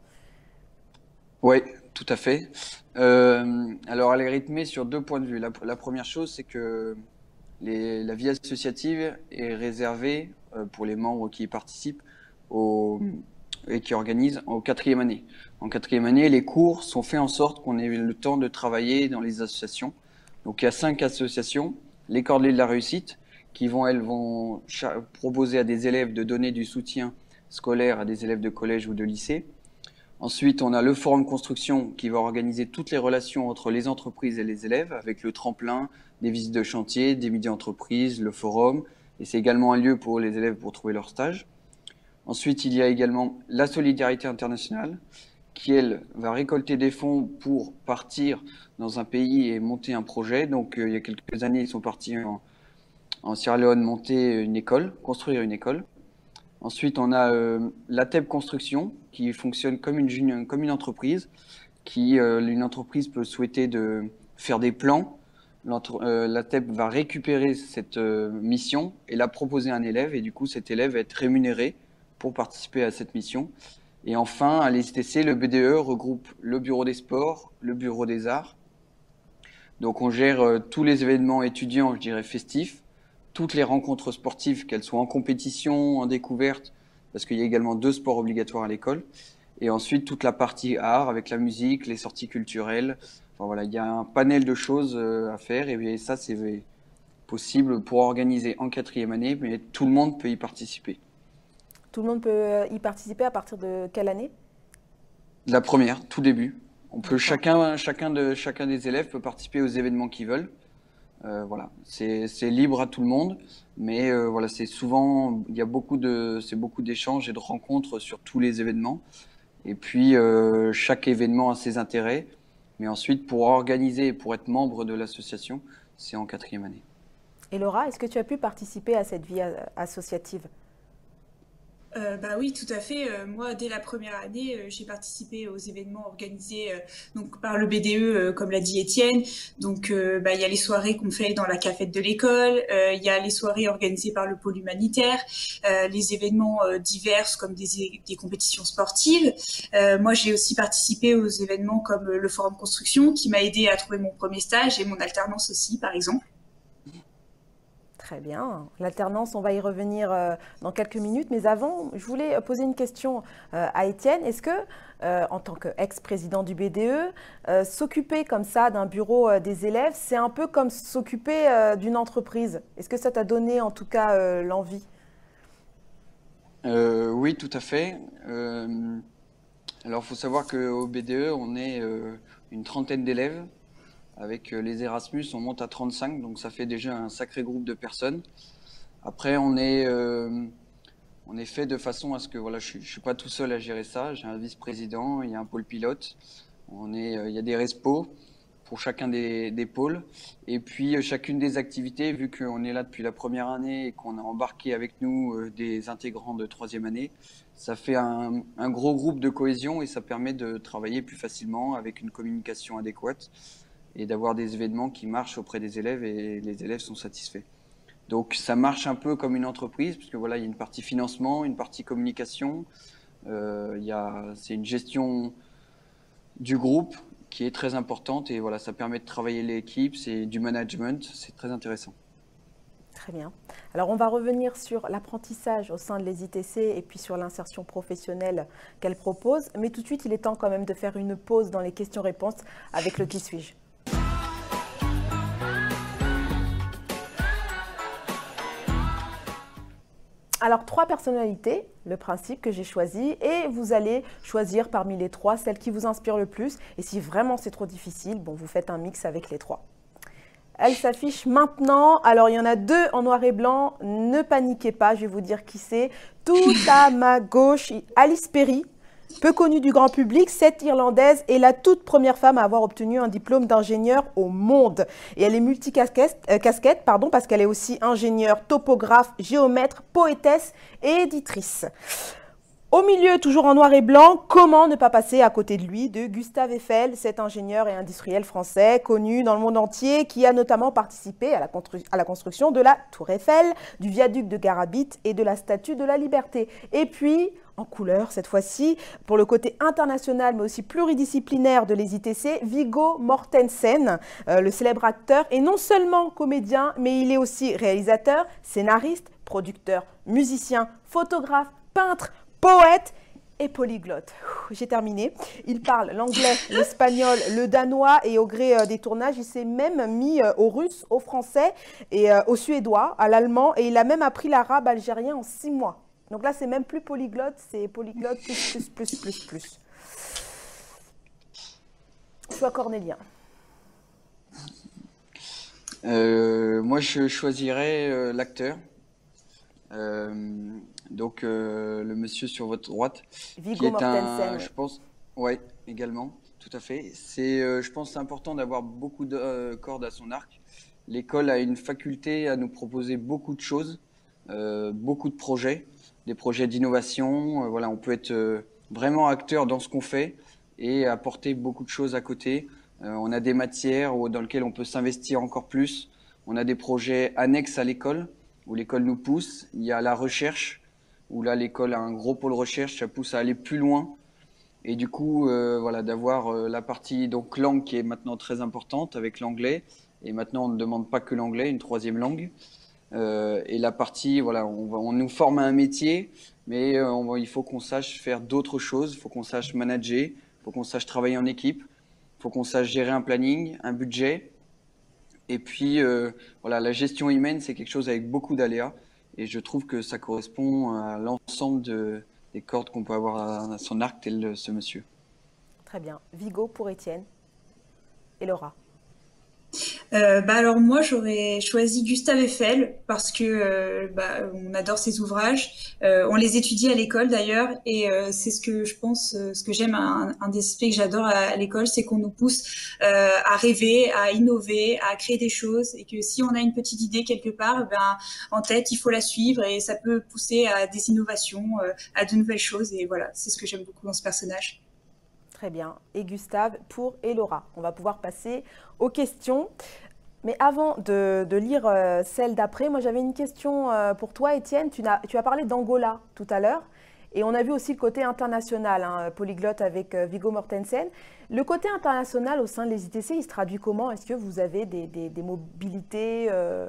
Oui, tout à fait. Euh, alors, elle est rythmée sur deux points de vue. La, la première chose, c'est que les, la vie associative est réservée euh, pour les membres qui y participent au, et qui organisent en quatrième année. En quatrième année, les cours sont faits en sorte qu'on ait le temps de travailler dans les associations. Donc, il y a cinq associations, les Cordeliers de la Réussite, qui vont, elles, vont proposer à des élèves de donner du soutien scolaire à des élèves de collège ou de lycée. Ensuite, on a le Forum Construction qui va organiser toutes les relations entre les entreprises et les élèves avec le tremplin, des visites de chantier, des midis entreprises, le forum. Et c'est également un lieu pour les élèves pour trouver leur stage. Ensuite, il y a également la Solidarité internationale qui, elle, va récolter des fonds pour partir dans un pays et monter un projet. Donc, euh, il y a quelques années, ils sont partis en, en Sierra Leone monter une école, construire une école. Ensuite, on a euh, la T E B Construction qui fonctionne comme une, comme une entreprise. Qui, euh, une entreprise peut souhaiter de faire des plans. Euh, la T E B va récupérer cette euh, mission et la proposer à un élève. Et du coup, cet élève va être rémunéré pour participer à cette mission. Et enfin, à l'E S T C, le B D E regroupe le bureau des sports, le bureau des arts. Donc, on gère euh, tous les événements étudiants, je dirais festifs, toutes les rencontres sportives, qu'elles soient en compétition, en découverte, parce qu'il y a également deux sports obligatoires à l'école. Et ensuite, toute la partie art avec la musique, les sorties culturelles. Enfin, voilà, il y a un panel de choses à faire et ça, c'est possible pour organiser en quatrième année, mais tout le monde peut y participer. Tout le monde peut y participer à partir de quelle année? La première, tout début. On peut chacun, chacun, de, chacun des élèves peut participer aux événements qu'ils veulent. Euh, voilà, c'est libre à tout le monde, mais euh, voilà, c'est souvent, il y a beaucoup de, c'est beaucoup d'échanges et de rencontres sur tous les événements. Et puis euh, chaque événement a ses intérêts, mais ensuite pour organiser, pour être membre de l'association, c'est en quatrième année. Et Laura, est-ce que tu as pu participer à cette vie associative? Euh, bah oui, tout à fait. Euh, moi, dès la première année, euh, j'ai participé aux événements organisés euh, donc par le B D E, euh, comme l'a dit Étienne. Donc, euh, bah, il y a les soirées qu'on fait dans la cafette de l'école, euh, il y a les soirées organisées par le pôle humanitaire, euh, les événements euh, divers comme des, des compétitions sportives. Euh, moi, j'ai aussi participé aux événements comme euh, le Forum Construction, qui m'a aidé à trouver mon premier stage et mon alternance aussi, par exemple. Très bien. L'alternance, on va y revenir euh, dans quelques minutes. Mais avant, je voulais poser une question euh, à Étienne. Est-ce que, euh, en tant qu'ex-président du B D E, euh, s'occuper comme ça d'un bureau euh, des élèves, c'est un peu comme s'occuper euh, d'une entreprise? Est-ce que ça t'a donné en tout cas euh, l'envie? Euh, oui, tout à fait. Euh, alors, il faut savoir qu'au B D E, on est euh, une trentaine d'élèves. Avec euh, les Erasmus, on monte à trente-cinq, donc ça fait déjà un sacré groupe de personnes. Après, on est, euh, on est fait de façon à ce que voilà, je ne suis pas tout seul à gérer ça. J'ai un vice-président, il y a un pôle pilote, on est, euh, il y a des respos pour chacun des, des pôles. Et puis, euh, chacune des activités, vu qu'on est là depuis la première année et qu'on a embarqué avec nous euh, des intégrants de troisième année, ça fait un, un gros groupe de cohésion et ça permet de travailler plus facilement avec une communication adéquate et d'avoir des événements qui marchent auprès des élèves et les élèves sont satisfaits. Donc ça marche un peu comme une entreprise, parce que voilà, il y a une partie financement, une partie communication, euh, il y a, c'est une gestion du groupe qui est très importante et voilà, ça permet de travailler l'équipe, c'est du management, c'est très intéressant. Très bien. Alors, on va revenir sur l'apprentissage au sein de l'E S I T C et puis sur l'insertion professionnelle qu'elle propose. Mais tout de suite, il est temps quand même de faire une pause dans les questions-réponses avec le Qui suis-je ? Alors, trois personnalités, le principe que j'ai choisi, et vous allez choisir parmi les trois celle qui vous inspire le plus. Et si vraiment c'est trop difficile, bon, vous faites un mix avec les trois. Elle s'affiche maintenant. Alors, il y en a deux en noir et blanc. Ne paniquez pas, je vais vous dire qui c'est. Tout à ma gauche, Alice Perry, peu connue du grand public. Cette Irlandaise est la toute première femme à avoir obtenu un diplôme d'ingénieur au monde. Et elle est multicasquette, euh, casquette, pardon, parce qu'elle est aussi ingénieure, topographe, géomètre, poétesse et éditrice. Au milieu, toujours en noir et blanc, comment ne pas passer à côté de lui, de Gustave Eiffel, cet ingénieur et industriel français connu dans le monde entier, qui a notamment participé à la, à la construction de la Tour Eiffel, du viaduc de Garabit et de la Statue de la Liberté. Et puis, en couleur cette fois-ci, pour le côté international mais aussi pluridisciplinaire de l'E S I T C, Viggo Mortensen, euh, le célèbre acteur, est non seulement comédien, mais il est aussi réalisateur, scénariste, producteur, musicien, photographe, peintre, poète et polyglotte. J'ai terminé. Il parle l'anglais, l'espagnol, le danois et au gré euh, des tournages, il s'est même mis euh, au russe, au français et euh, au suédois, à l'allemand et il a même appris l'arabe algérien en six mois. Donc là, c'est même plus polyglotte, c'est polyglotte plus, plus, plus, plus, plus. Choix cornélien. Euh, moi, je choisirais euh, l'acteur. Euh, donc euh, le monsieur sur votre droite, Viggo qui est Mortensen, un, oui. je pense, ouais, également, tout à fait. C'est, euh, je pense, c'est important d'avoir beaucoup de euh, cordes à son arc. L'école a une faculté à nous proposer beaucoup de choses, euh, beaucoup de projets, des projets d'innovation. Euh, voilà, on peut être euh, vraiment acteur dans ce qu'on fait et apporter beaucoup de choses à côté. Euh, on a des matières où, dans lesquelles on peut s'investir encore plus. On a des projets annexes à l'école, où l'école nous pousse. Il y a la recherche, où là l'école a un gros pôle recherche, ça pousse à aller plus loin. Et du coup, euh, voilà, d'avoir euh, la partie donc langue qui est maintenant très importante avec l'anglais. Et maintenant, on ne demande pas que l'anglais, une troisième langue. Euh, et la partie, voilà, on, va, on nous forme à un métier, mais euh, on va, il faut qu'on sache faire d'autres choses. Il faut qu'on sache manager, il faut qu'on sache travailler en équipe, il faut qu'on sache gérer un planning, un budget. Et puis, euh, voilà, la gestion humaine, c'est quelque chose avec beaucoup d'aléas. Et je trouve que ça correspond à l'ensemble de, des cordes qu'on peut avoir à son arc, tel ce monsieur. Très bien. Viggo pour Étienne et Laura. Euh, bah alors moi j'aurais choisi Gustave Eiffel parce que euh, bah, on adore ses ouvrages, euh, on les étudie à l'école d'ailleurs et euh, c'est ce que je pense, euh, ce que j'aime, un, un des aspects que j'adore à, à l'école, c'est qu'on nous pousse euh, à rêver, à innover, à créer des choses et que si on a une petite idée quelque part, ben en tête il faut la suivre et ça peut pousser à des innovations, euh, à de nouvelles choses et voilà, c'est ce que j'aime beaucoup dans ce personnage. Très bien. Et Gustave pour et Laura. On va pouvoir passer aux questions. Mais avant de, de lire euh, celle d'après, moi j'avais une question euh, pour toi, Étienne. Tu as, tu as parlé d'Angola tout à l'heure. Et on a vu aussi le côté international, hein, polyglotte avec euh, Viggo Mortensen. Le côté international au sein de l'E S I T C, il se traduit comment? Est-ce que vous avez des, des, des mobilités euh,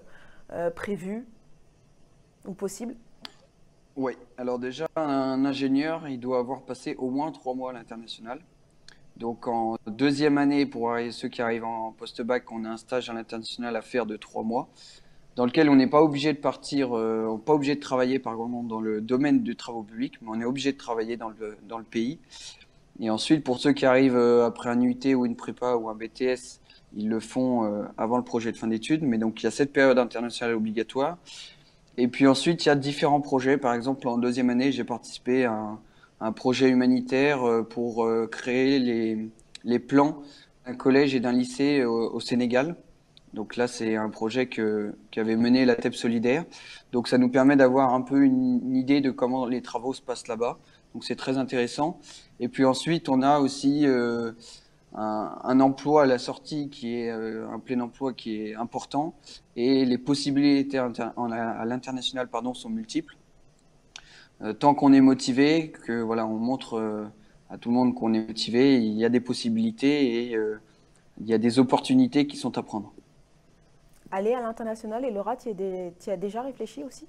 euh, prévues ou possibles? Oui, alors déjà, un ingénieur, il doit avoir passé au moins trois mois à l'international. Donc en deuxième année, pour ceux qui arrivent en post-bac, on a un stage à l'international à faire de trois mois, dans lequel on n'est pas obligé de partir, euh, on n'est pas obligé de travailler par exemple dans le domaine du travaux publics, mais on est obligé de travailler dans le, dans le pays. Et ensuite, pour ceux qui arrivent euh, après un U T ou une prépa ou un B T S, ils le font euh, avant le projet de fin d'études. Mais donc il y a cette période internationale obligatoire. Et puis ensuite, il y a différents projets. Par exemple, en deuxième année, j'ai participé à un, un projet humanitaire euh, pour euh, créer les, les plans d'un collège et d'un lycée au, au Sénégal. Donc là, c'est un projet que qu'avait mené la T E P Solidaire. Donc ça nous permet d'avoir un peu une, une idée de comment les travaux se passent là-bas. Donc c'est très intéressant. Et puis ensuite, on a aussi euh, un, un emploi à la sortie qui est euh, un plein emploi qui est important. Et les possibilités inter- en- à l'international, pardon, sont multiples. Euh, tant qu'on est motivé, que voilà, on montre euh, à tout le monde qu'on est motivé, il y a des possibilités et euh, il y a des opportunités qui sont à prendre. Aller à l'international, et Laura, tu y as déjà réfléchi aussi?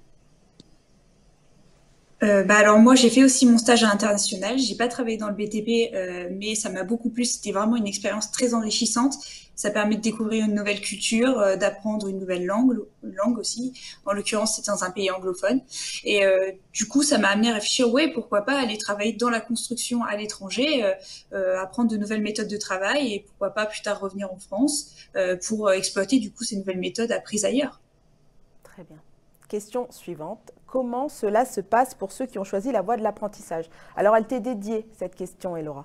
Euh, bah alors moi j'ai fait aussi mon stage à l'international. J'ai pas travaillé dans le B T P, euh, mais ça m'a beaucoup plu. C'était vraiment une expérience très enrichissante. Ça permet de découvrir une nouvelle culture, euh, d'apprendre une nouvelle langue, langue aussi. En l'occurrence, c'était dans un pays anglophone. Et euh, du coup, ça m'a amené à réfléchir. Ouais, pourquoi pas aller travailler dans la construction à l'étranger, euh, euh, apprendre de nouvelles méthodes de travail, et pourquoi pas plus tard revenir en France euh, pour euh, exploiter du coup ces nouvelles méthodes apprises ailleurs. Très bien. Question suivante. Comment cela se passe pour ceux qui ont choisi la voie de l'apprentissage? Alors, elle t'est dédiée, cette question, Elora.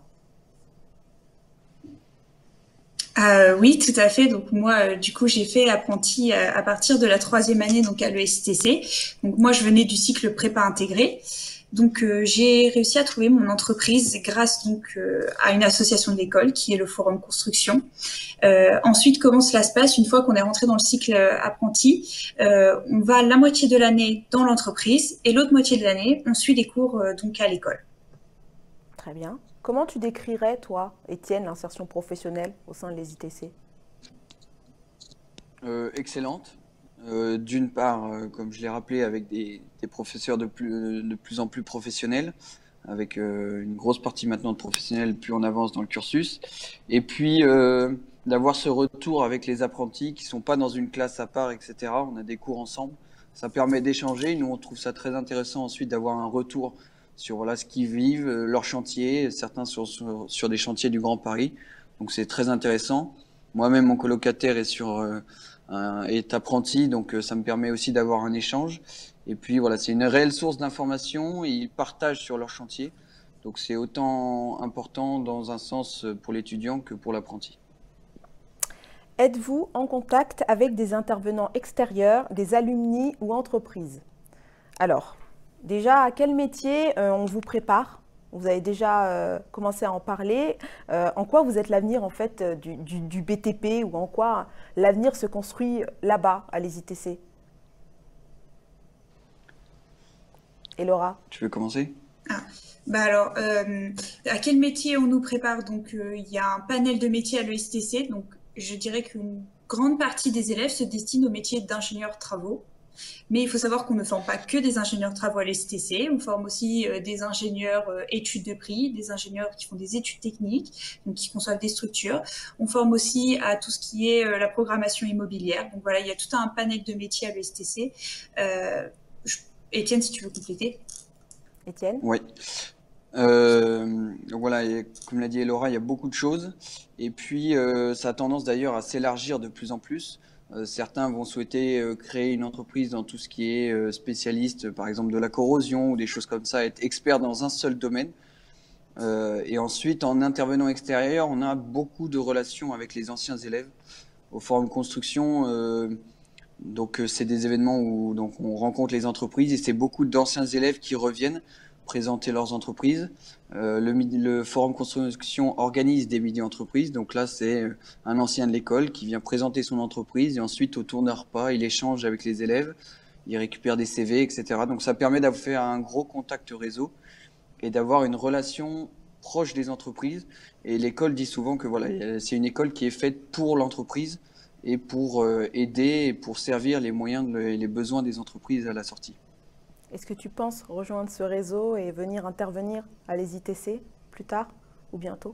Euh, oui, tout à fait. Donc moi, euh, du coup, j'ai fait l'apprenti euh, à partir de la troisième année, donc à l'E S T C. Donc moi, je venais du cycle prépa intégré. Donc euh, j'ai réussi à trouver mon entreprise grâce donc euh, à une association de l'école qui est le Forum Construction. Euh, ensuite, comment cela se passe une fois qu'on est rentré dans le cycle euh, apprenti? Euh, on va la moitié de l'année dans l'entreprise et l'autre moitié de l'année, on suit les cours euh, donc à l'école. Très bien. Comment tu décrirais, toi, Étienne, l'insertion professionnelle au sein de l'E S I T C? Euh, excellente. Euh, d'une part, euh, comme je l'ai rappelé, avec des, des professeurs de plus, de plus en plus professionnels, avec euh, une grosse partie maintenant de professionnels plus on avance dans le cursus. Et puis, euh, d'avoir ce retour avec les apprentis qui sont pas dans une classe à part, et cetera. On a des cours ensemble. Ça permet d'échanger. Nous, on trouve ça très intéressant ensuite d'avoir un retour sur voilà, ce qu'ils vivent, euh, leurs chantiers, certains sur, sur, sur des chantiers du Grand Paris. Donc, c'est très intéressant. Moi-même, mon colocataire est sur... Euh, euh, est apprenti, donc euh, ça me permet aussi d'avoir un échange. Et puis voilà, c'est une réelle source d'information. Ils partagent sur leur chantier, donc c'est autant important dans un sens pour l'étudiant que pour l'apprenti. Êtes-vous en contact avec des intervenants extérieurs, des alumni ou entreprises? Alors, déjà, à quel métier euh, on vous prépare? Vous avez déjà euh, commencé à en parler. Euh, en quoi vous êtes l'avenir en fait euh, du, du, du B T P, ou en quoi l'avenir se construit là-bas à l'E S I T C? Et Laura? Tu veux commencer? Ah. Bah alors, euh, à quel métier on nous prépare? Donc, euh, il y a un panel de métiers à l'E S T C. Donc, je dirais qu'une grande partie des élèves se destinent au métier d'ingénieur travaux. Mais il faut savoir qu'on ne forme pas que des ingénieurs travaux à l'E S T C, on forme aussi euh, des ingénieurs euh, études de prix, des ingénieurs qui font des études techniques, donc qui conçoivent des structures. On forme aussi à tout ce qui est euh, la programmation immobilière. Donc voilà, il y a tout un panel de métiers à l'E S T C. Euh, je... Étienne, si tu veux compléter. Étienne? Oui. Euh, voilà, et comme l'a dit Laura, il y a beaucoup de choses. Et puis, euh, ça a tendance d'ailleurs à s'élargir de plus en plus. Euh, certains vont souhaiter euh, créer une entreprise dans tout ce qui est euh, spécialiste, par exemple de la corrosion ou des choses comme ça, être expert dans un seul domaine. Euh, et ensuite, en intervenant extérieur, on a beaucoup de relations avec les anciens élèves. Au Forum Construction, euh, donc c'est des événements où donc, on rencontre les entreprises et c'est beaucoup d'anciens élèves qui reviennent présenter leurs entreprises. Euh, le, le Forum Construction organise des midi entreprises. Donc là, c'est un ancien de l'école qui vient présenter son entreprise et ensuite, autour d'un repas, il échange avec les élèves, il récupère des C V, et cetera. Donc ça permet d'avoir fait un gros contact réseau et d'avoir une relation proche des entreprises. Et l'école dit souvent que voilà, c'est une école qui est faite pour l'entreprise et pour euh, aider et pour servir les moyens et les besoins des entreprises à la sortie. Est-ce que tu penses rejoindre ce réseau et venir intervenir à l'E S I T C plus tard ou bientôt?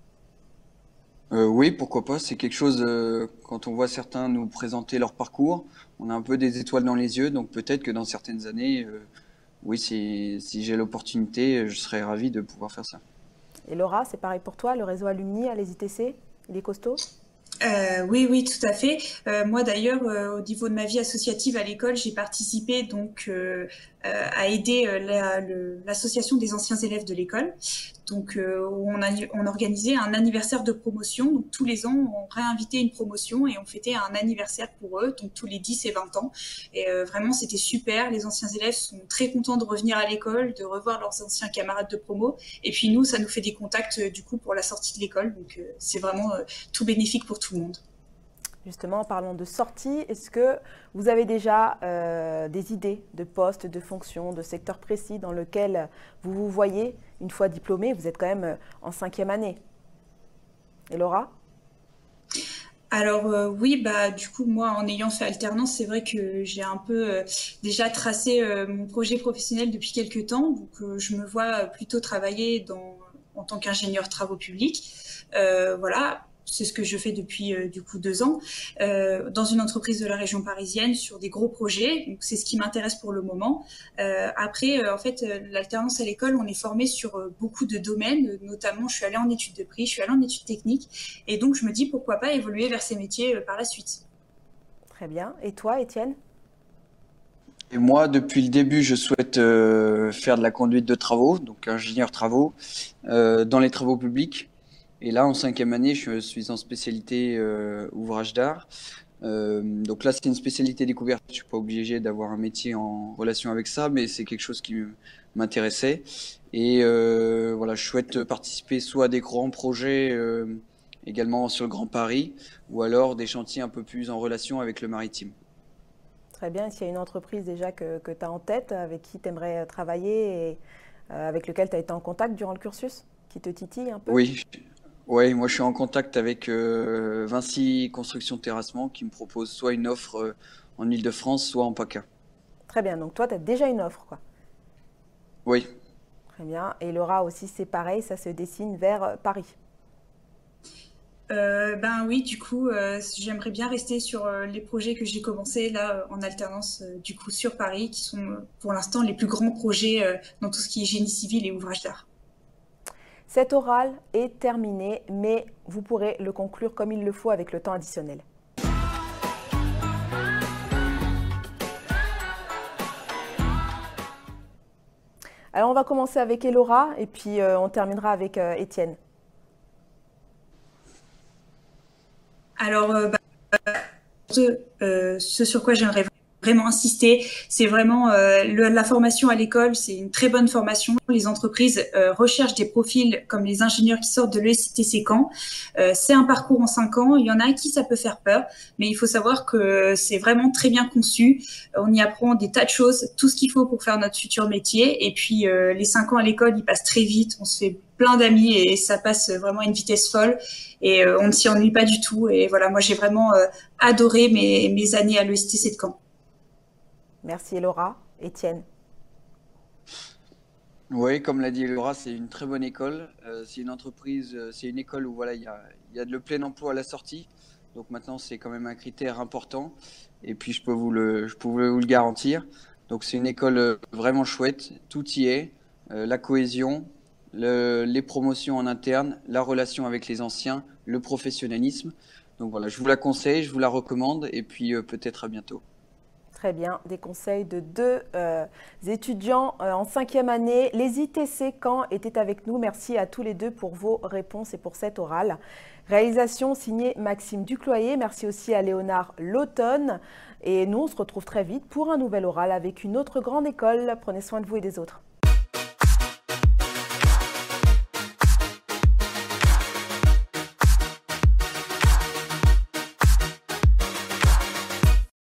Euh, oui, pourquoi pas. C'est quelque chose, euh, quand on voit certains nous présenter leur parcours, on a un peu des étoiles dans les yeux, donc peut-être que dans certaines années, euh, oui, si, si j'ai l'opportunité, je serais ravi de pouvoir faire ça. Et Laura, c'est pareil pour toi, le réseau alumni à l'E S I T C, il est costaud? Euh, oui, oui, tout à fait. Euh, moi, d'ailleurs, euh, au niveau de ma vie associative à l'école, j'ai participé donc euh, euh, à aider euh, la- le- l'association des anciens élèves de l'école. Donc, euh, où on a on organisait un anniversaire de promotion. Donc, tous les ans, on réinvitait une promotion et on fêtait un anniversaire pour eux, donc tous les dix et vingt ans. Et euh, vraiment, c'était super. Les anciens élèves sont très contents de revenir à l'école, de revoir leurs anciens camarades de promo. Et puis nous, ça nous fait des contacts euh, du coup pour la sortie de l'école. Donc, euh, c'est vraiment euh, tout bénéfique pour tout le monde. Justement, en parlant de sortie, est-ce que vous avez déjà euh, des idées de postes, de fonctions, de secteurs précis dans lesquels vous vous voyez une fois diplômé? Vous êtes quand même en cinquième année. Et Laura? Alors euh, oui, bah du coup moi en ayant fait alternance, c'est vrai que j'ai un peu euh, déjà tracé euh, mon projet professionnel depuis quelques temps. Donc euh, je me vois plutôt travailler dans, en tant qu'ingénieur travaux publics. Euh, voilà, c'est ce que je fais depuis euh, du coup deux ans euh, dans une entreprise de la région parisienne sur des gros projets. Donc c'est ce qui m'intéresse pour le moment. Euh, après, euh, en fait, euh, l'alternance à l'école, on est formé sur euh, beaucoup de domaines. Notamment, je suis allée en études de prix, je suis allée en études techniques. Et donc, je me dis pourquoi pas évoluer vers ces métiers euh, par la suite. Très bien. Et toi, Étienne? Et moi, depuis le début, je souhaite euh, faire de la conduite de travaux, donc ingénieur travaux, euh, dans les travaux publics. Et là, en cinquième année, je suis en spécialité euh, ouvrage d'art. Euh, donc là, c'est une spécialité découverte. Je suis pas obligé d'avoir un métier en relation avec ça, mais c'est quelque chose qui m'intéressait. Et euh, voilà, je souhaite participer soit à des grands projets euh, également sur le Grand Paris, ou alors des chantiers un peu plus en relation avec le maritime. Très bien. Est-ce qu'il y a une entreprise déjà que, que tu as en tête, avec qui tu aimerais travailler et euh, avec lequel tu as été en contact durant le cursus, qui te titille un peu? Oui, ouais, moi je suis en contact avec euh, Vinci Construction Terrassement qui me propose soit une offre euh, en Île-de-France, soit en PACA. Très bien. Donc toi, tu as déjà une offre, quoi. Oui, Très bien. Et Laura aussi, c'est pareil, ça se dessine vers euh, Paris. Euh, ben oui, du coup, euh, j'aimerais bien rester sur euh, les projets que j'ai commencé là euh, en alternance, euh, du coup sur Paris, qui sont euh, pour l'instant les plus grands projets euh, dans tout ce qui est génie civil et ouvrage d'art. Cet oral est terminé, mais vous pourrez le conclure comme il le faut avec le temps additionnel. Alors on va commencer avec Elora et puis euh, on terminera avec euh, Étienne. Alors, euh, bah, ce, euh, ce sur quoi j'aimerais vraiment insister, c'est vraiment euh, le, la formation à l'école, c'est une très bonne formation. Les entreprises euh, recherchent des profils comme les ingénieurs qui sortent de l'E S I T C Caen. Euh, c'est un parcours en cinq ans. Il y en a à qui ça peut faire peur, mais il faut savoir que c'est vraiment très bien conçu. On y apprend des tas de choses, tout ce qu'il faut pour faire notre futur métier. Et puis euh, les cinq ans à l'école, ils passent très vite. On se fait plein d'amis et ça passe vraiment à une vitesse folle. Et euh, on ne s'y ennuie pas du tout. Et voilà, moi j'ai vraiment euh, adoré mes, mes années à l'E S I T C de Caen. Merci Elora. Étienne. oui, comme l'a dit Laura, c'est une très bonne école. Euh, c'est une entreprise, euh, c'est une école où voilà, il y a, il y a de le plein emploi à la sortie. Donc maintenant, c'est quand même un critère important. Et puis, je peux vous le, je peux vous le garantir. Donc, c'est une école euh, vraiment chouette. Tout y est. Euh, la cohésion, le, les promotions en interne, la relation avec les anciens, le professionnalisme. Donc voilà, je vous la conseille, je vous la recommande. Et puis, euh, peut-être à bientôt. Très bien, des conseils de deux euh, étudiants euh, en cinquième année. Les I T C Caen étaient avec nous. Merci à tous les deux pour vos réponses et pour cet oral. Réalisation signée Maxime Ducloyer. Merci aussi à Léonard Lautonne. Et nous, on se retrouve très vite pour un nouvel oral avec une autre grande école. Prenez soin de vous et des autres.